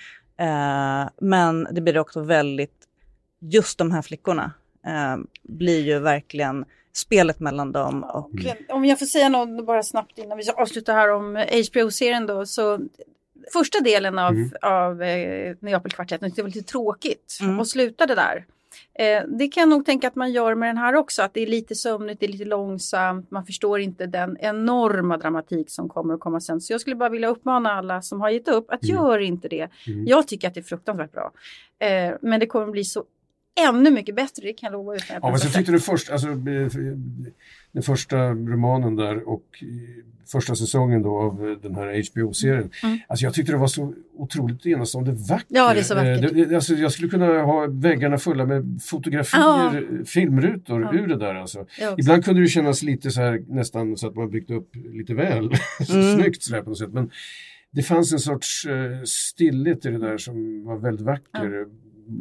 Eh, men det blir också väldigt, just de här flickorna eh, blir ju verkligen spelet mellan dem. Och... Mm. Om jag får säga något bara snabbt innan vi avslutar här om H B O-serien då, så första delen av, mm. av eh, Neapelkvartetten, det var lite tråkigt mm. och slutade där. Eh, det kan jag nog tänka att man gör med den här också, att det är lite sömnigt, det är lite långsamt, man förstår inte den enorma dramatik som kommer att komma sen. Så jag skulle bara vilja uppmana alla som har gett upp att mm. gör inte det. Mm. Jag tycker att det är fruktansvärt bra. Eh, men det kommer att bli så ännu mycket bättre, det kan jag lova. Ja, men så tyckte du först, alltså den första romanen där och första säsongen då av den här H B O-serien. Mm. Alltså jag tyckte det var så otroligt enastående vackert. Ja, det är så vackert. Det, alltså jag skulle kunna ha väggarna fulla med fotografier, ja. filmrutor ja. ur det där alltså. Ibland kunde det kännas lite så här nästan så att man byggt upp lite väl mm. snyggt så där på något sätt. Men det fanns en sorts uh, stillhet i det där som var väldigt vacker. Ja.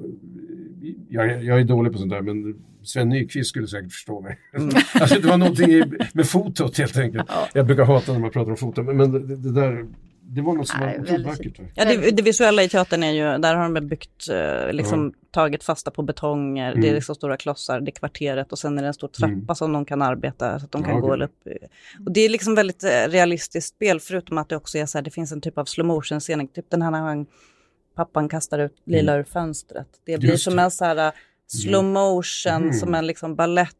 Jag, jag är dålig på sånt där, men Sven Nykvist skulle säkert förstå mig. Mm. Alltså det var någonting i, med fotot helt enkelt. Ja. Jag brukar hata när man pratar om foto, men, men det, det där... Det var något som Nej, var otroligt vackert. Ja, det, det visuella i teatern är ju, där har de byggt, liksom mm. tagit fasta på betonger, mm. det är liksom stora klossar, det är kvarteret och sen är det en stor trappa mm. som de kan arbeta så att de kan ja, gå okay. upp. Och det är liksom väldigt realistiskt spel, förutom att det också är så här, det finns en typ av slow motion scen, typ den här när han, pappan kastar ut lila mm. ur fönstret. Det blir Just som det. en så här slow motion, mm. som en liksom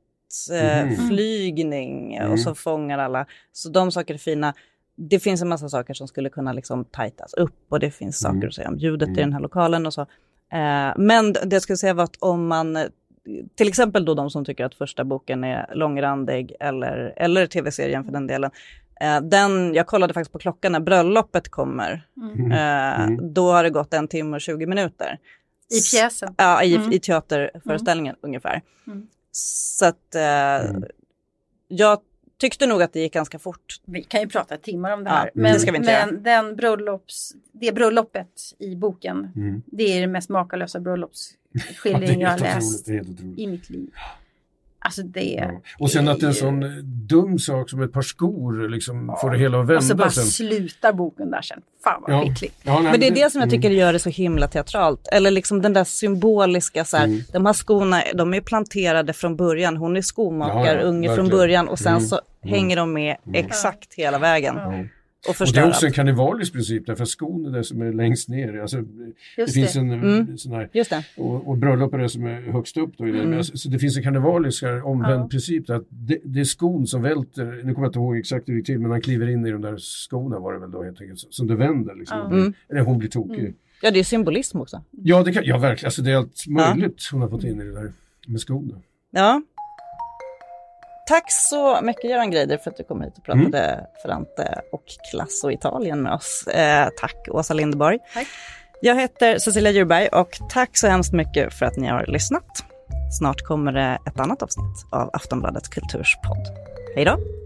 balettflygning mm. och så fångar alla. Så de saker är fina. Det finns en massa saker som skulle kunna liksom tajtas upp och det finns saker mm. att säga om ljudet mm. i den här lokalen och så. Eh, men det jag skulle säga var att om man, till exempel då de som tycker att första boken är långrandig eller, eller tv-serien för den delen. Eh, den, jag kollade faktiskt på klockan när bröllopet kommer. Mm. Eh, mm. Då har det gått en timme och tjugo minuter. I pjäsen? Ja, i, mm. i teaterföreställningen mm. ungefär. Mm. Så att eh, mm. jag tyckte nog att det gick ganska fort. Vi kan ju prata timmar om det här. Ja, men det ska vi inte men den bröllops, det bröllopet i boken, mm. det är det mest makalösa bröllopsskildring jag har läst i mitt liv. Alltså det ja. Och sen att en sån dum sak som ett par skor liksom ja. får det hela att vända. Och så bara sen. slutar boken där sen. Fan vad ja. skickligt. Ja, men det är det som jag tycker gör det så himla teatralt. Eller liksom den där symboliska så här, mm. de här skorna, de är planterade från början. Hon är skomakare, ja, unge från början och sen mm. så mm. hänger de med mm. exakt hela vägen. Ja. Och, och det är också en kannibalisk princip därför att skon är det som är längst ner. Alltså, det, det finns en mm. sån här, Just det. Och, och bröllop är det som är högst upp. Då i det. Mm. Alltså, så det finns en kannibalisk omvänd ja. princip. Att det, det är skon som välter, nu kommer jag inte ihåg exakt hur det gick till, men han kliver in i de där skorna var det väl då helt enkelt. Som det vänder liksom. Mm. Eller hon blir tokig. Mm. Ja, det är symbolism också. Ja, det kan, ja verkligen. Alltså, det är allt möjligt ja. hon har fått in i det där med skorna. Ja. Tack så mycket Göran Greider för att du kom hit och pratade mm. Ferrante och klass och Italien med oss. Eh, tack Åsa Linderborg. Tack. Jag heter Cecilia Djurberg och tack så hemskt mycket för att ni har lyssnat. Snart kommer det ett annat avsnitt av Aftonbladets kulturspodd. Hej då!